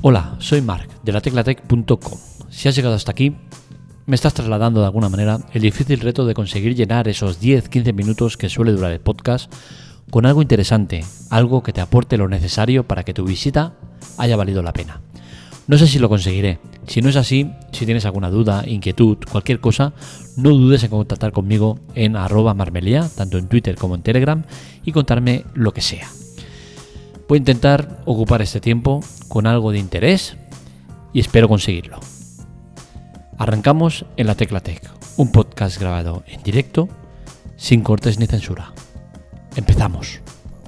Hola, soy Marc de lateclatec.com. Si has llegado hasta aquí, me estás trasladando de alguna manera el difícil reto de conseguir llenar esos 10-15 minutos que suele durar el podcast con algo interesante, algo que te aporte lo necesario para que tu visita haya valido la pena. No sé si lo conseguiré. Si no es así, si tienes alguna duda, inquietud, cualquier cosa, no dudes en contactar conmigo en @marmelia, tanto en Twitter como en Telegram, y contarme lo que sea. Voy a intentar ocupar este tiempo con algo de interés y espero conseguirlo. Arrancamos en La Tecla Tech, un podcast grabado en directo, sin cortes ni censura. Empezamos.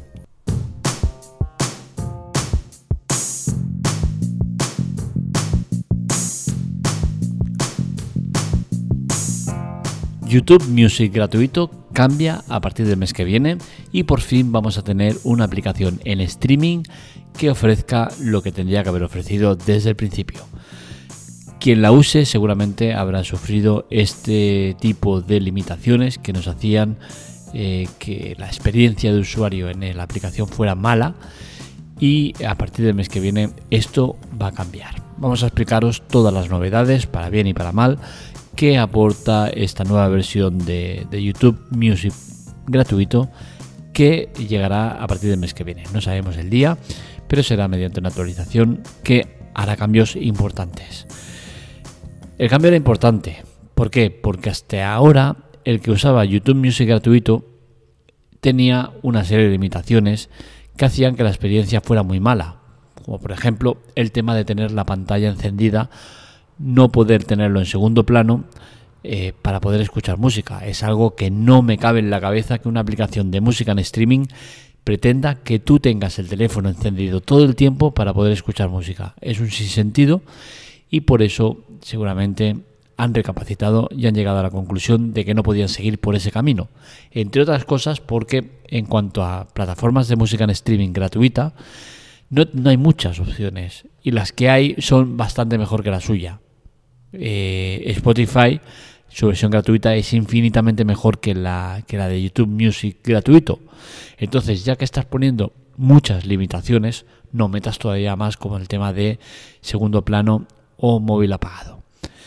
YouTube Music gratuito cambia a partir del mes que viene y por fin vamos a tener una aplicación en streaming que ofrezca lo que tendría que haber ofrecido desde el principio. Quien la use seguramente habrá sufrido este tipo de limitaciones que nos hacían que la experiencia de usuario en la aplicación fuera mala, y a partir del mes que viene esto va a cambiar. Vamos a explicaros todas las novedades, para bien y para mal, que aporta esta nueva versión de YouTube Music gratuito que llegará a partir del mes que viene. No sabemos el día, pero será mediante una actualización que hará cambios importantes. El cambio era importante. ¿Por qué? Porque hasta ahora el que usaba YouTube Music gratuito tenía una serie de limitaciones que hacían que la experiencia fuera muy mala. Como por ejemplo el tema de tener la pantalla encendida, no poder tenerlo en segundo plano para poder escuchar música. Es algo que no me cabe en la cabeza, que una aplicación de música en streaming pretenda que tú tengas el teléfono encendido todo el tiempo para poder escuchar música. Es un sinsentido y por eso seguramente han recapacitado y han llegado a la conclusión de que no podían seguir por ese camino. Entre otras cosas porque en cuanto a plataformas de música en streaming gratuita, no hay muchas opciones y las que hay son bastante mejor que la suya. Spotify, su versión gratuita, es infinitamente mejor que la de YouTube Music gratuito. Entonces, ya que estás poniendo muchas limitaciones, no metas todavía más como el tema de segundo plano o móvil apagado.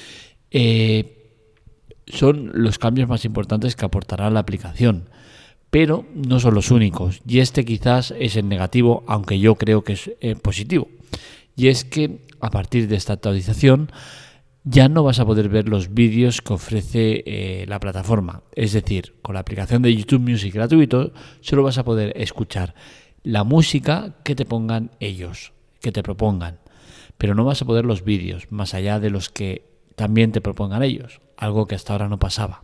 Son los cambios más importantes que aportará la aplicación, pero no son los únicos, y este quizás es el negativo, aunque yo creo que es positivo, y es que a partir de esta actualización ya no vas a poder ver los vídeos que ofrece la plataforma. Es decir, con la aplicación de YouTube Music gratuito solo vas a poder escuchar la música que te pongan ellos, que te propongan, pero no vas a poder los vídeos más allá de los que también te propongan ellos, algo que hasta ahora no pasaba.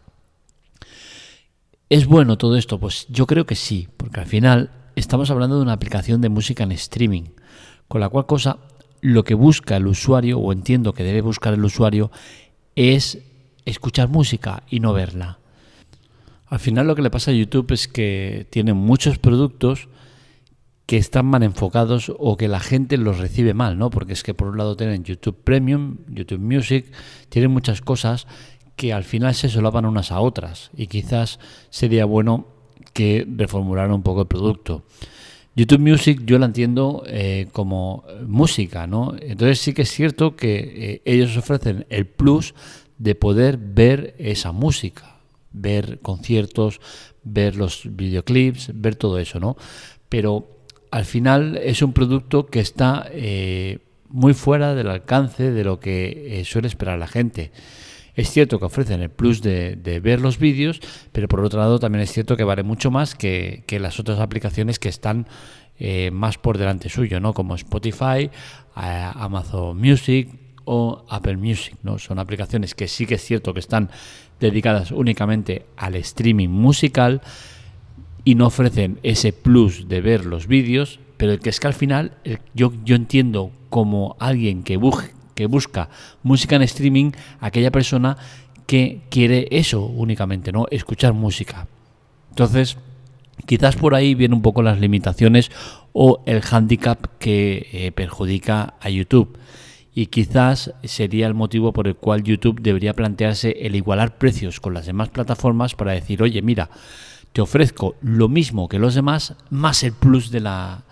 ¿Es bueno todo esto? Pues yo creo que sí, porque al final estamos hablando de una aplicación de música en streaming, con la cual cosa lo que busca el usuario, o entiendo que debe buscar el usuario, es escuchar música y no verla. Al final lo que le pasa a YouTube es que tiene muchos productos que están mal enfocados o que la gente los recibe mal, ¿no? Porque es que por un lado tienen YouTube Premium, YouTube Music, tienen muchas cosas que al final se solapan unas a otras y quizás sería bueno que reformularan un poco el producto. YouTube Music yo la entiendo como música, ¿no? Entonces sí que es cierto que ellos ofrecen el plus de poder ver esa música, ver conciertos, ver los videoclips, ver todo eso, ¿no? Pero al final es un producto que está muy fuera del alcance de lo que suele esperar la gente. Es cierto que ofrecen el plus de ver los vídeos, pero por otro lado también es cierto que vale mucho más que las otras aplicaciones que están más por delante suyo, ¿no? Como Spotify, Amazon Music o Apple Music, ¿no? Son aplicaciones que sí que es cierto que están dedicadas únicamente al streaming musical y no ofrecen ese plus de ver los vídeos, pero el que es que al final yo entiendo como alguien que busca música en streaming, aquella persona que quiere eso únicamente, ¿no? Escuchar música. Entonces, quizás por ahí vienen un poco las limitaciones o el hándicap que perjudica a YouTube. Y quizás sería el motivo por el cual YouTube debería plantearse el igualar precios con las demás plataformas para decir, oye, mira, te ofrezco lo mismo que los demás, más el plus de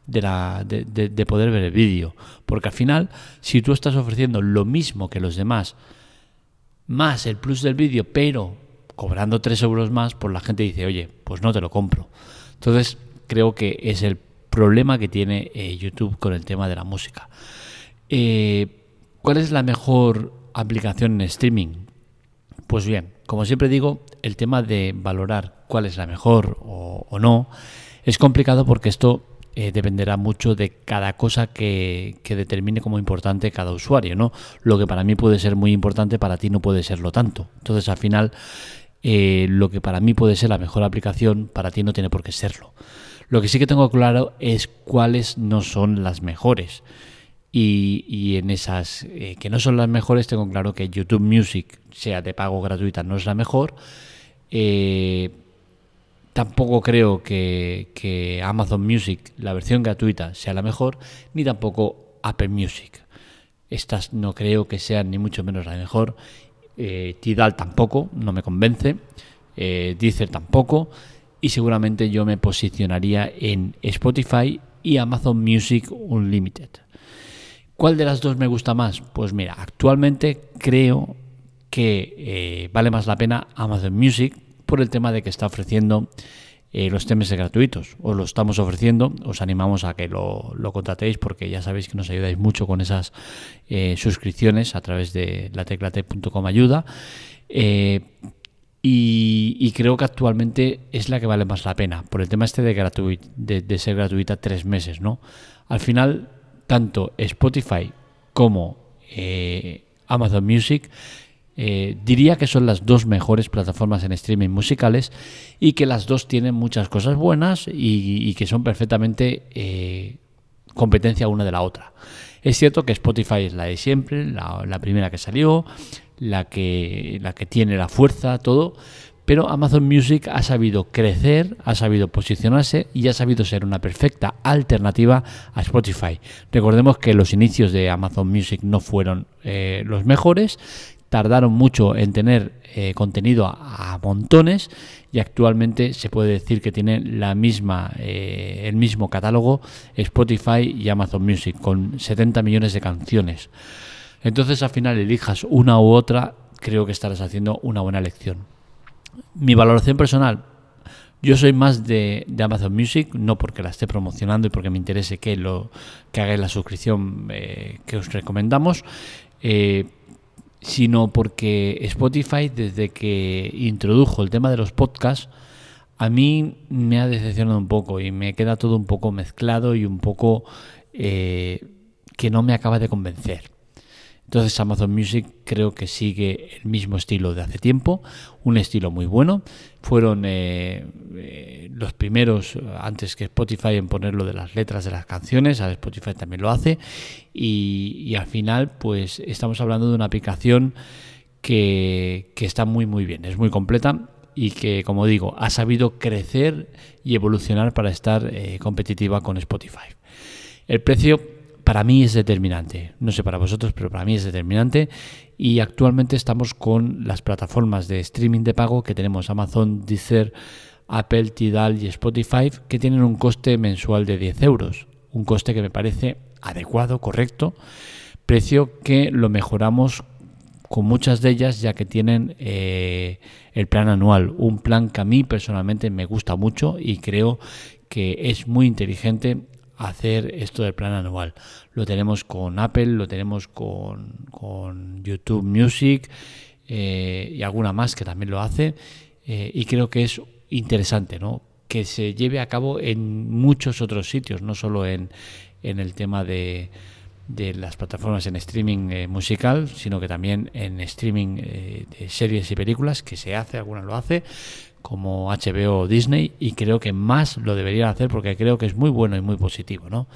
de poder ver el vídeo. Porque al final, si tú estás ofreciendo lo mismo que los demás, más el plus del vídeo, pero cobrando 3 euros más, pues la gente dice, oye, pues no te lo compro. Entonces, creo que es el problema que tiene YouTube con el tema de la música. ¿Cuál es la mejor aplicación en streaming? Pues bien, como siempre digo, el tema de valorar cuál es la mejor o no es complicado porque esto dependerá mucho de cada cosa que determine como importante cada usuario, ¿no? Lo que para mí puede ser muy importante, para ti no puede serlo tanto. Entonces, al final, lo que para mí puede ser la mejor aplicación, para ti no tiene por qué serlo. Lo que sí que tengo claro es cuáles no son las mejores. Y en esas que no son las mejores, tengo claro que YouTube Music, sea de pago o gratuita, no es la mejor. Tampoco creo que Amazon Music, la versión gratuita, sea la mejor, ni tampoco Apple Music. Estas no creo que sean ni mucho menos la mejor. Tidal tampoco, no me convence. Deezer tampoco. Y seguramente yo me posicionaría en Spotify y Amazon Music Unlimited. ¿Cuál de las dos me gusta más? Pues mira, actualmente creo que vale más la pena Amazon Music por el tema de que está ofreciendo los temas gratuitos. Os lo estamos ofreciendo, os animamos a que lo contratéis porque ya sabéis que nos ayudáis mucho con esas suscripciones a través de lateclate.com ayuda. Y creo que actualmente es la que vale más la pena por el tema este de ser gratuita 3 meses, ¿no? Al final, tanto Spotify como Amazon Music diría que son las dos mejores plataformas en streaming musicales y que las dos tienen muchas cosas buenas y que son perfectamente competencia una de la otra. Es cierto que Spotify es la de siempre, la primera que salió, la que tiene la fuerza, todo, pero Amazon Music ha sabido crecer, ha sabido posicionarse y ha sabido ser una perfecta alternativa a Spotify. Recordemos que los inicios de Amazon Music no fueron los mejores, tardaron mucho en tener contenido a montones y actualmente se puede decir que tienen el mismo catálogo Spotify y Amazon Music con 70 millones de canciones. Entonces, al final, elijas una u otra, creo que estarás haciendo una buena elección. Mi valoración personal, yo soy más de Amazon Music, no porque la esté promocionando y porque me interese que hagáis la suscripción que os recomendamos, sino porque Spotify, desde que introdujo el tema de los podcasts, a mí me ha decepcionado un poco y me queda todo un poco mezclado y un poco que no me acaba de convencer. Entonces Amazon Music creo que sigue el mismo estilo de hace tiempo, un estilo muy bueno. Fueron los primeros, antes que Spotify, en poner lo de las letras de las canciones. Ahora Spotify también lo hace. Y al final, pues estamos hablando de una aplicación que está muy muy bien, es muy completa y que, como digo, ha sabido crecer y evolucionar para estar competitiva con Spotify. El precio para mí es determinante, no sé para vosotros, pero para mí es determinante y actualmente estamos con las plataformas de streaming de pago que tenemos Amazon, Deezer, Apple, Tidal y Spotify, que tienen un coste mensual de 10 euros, un coste que me parece adecuado, correcto, precio que lo mejoramos con muchas de ellas ya que tienen el plan anual, un plan que a mí personalmente me gusta mucho y creo que es muy inteligente hacer esto del plan anual. Lo tenemos con Apple, lo tenemos con YouTube Music y alguna más que también lo hace y creo que es interesante, ¿no?, que se lleve a cabo en muchos otros sitios, no solo en el tema de las plataformas en streaming musical, sino que también en streaming de series y películas, que se hace, algunas lo hace, como HBO o Disney, y creo que más lo deberían hacer porque creo que es muy bueno y muy positivo, ¿no?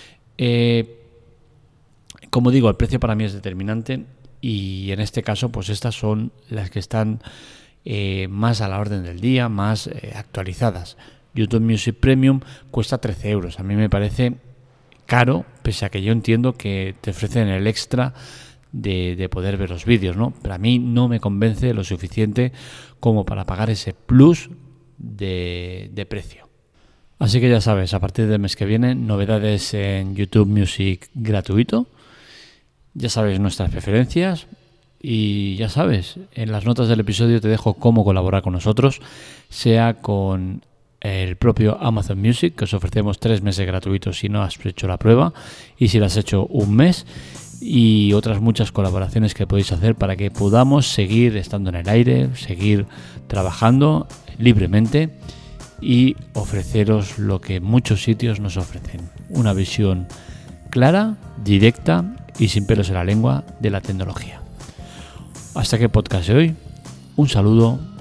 Como digo, el precio para mí es determinante y en este caso pues estas son las que están más a la orden del día, más actualizadas. YouTube Music Premium cuesta 13 euros. A mí me parece caro, pese a que yo entiendo que te ofrecen el extra de poder ver los vídeos, ¿no? Pero a mí no me convence lo suficiente como para pagar ese plus de precio. Así que ya sabes, a partir del mes que viene, novedades en YouTube Music gratuito. Ya sabes nuestras preferencias y ya sabes, en las notas del episodio te dejo cómo colaborar con nosotros, sea con el propio Amazon Music, que os ofrecemos 3 meses gratuitos si no has hecho la prueba y si lo has hecho un mes, y otras muchas colaboraciones que podéis hacer para que podamos seguir estando en el aire, seguir trabajando libremente y ofreceros lo que muchos sitios nos ofrecen, una visión clara, directa y sin pelos en la lengua de la tecnología. Hasta aquí el podcast de hoy. Un saludo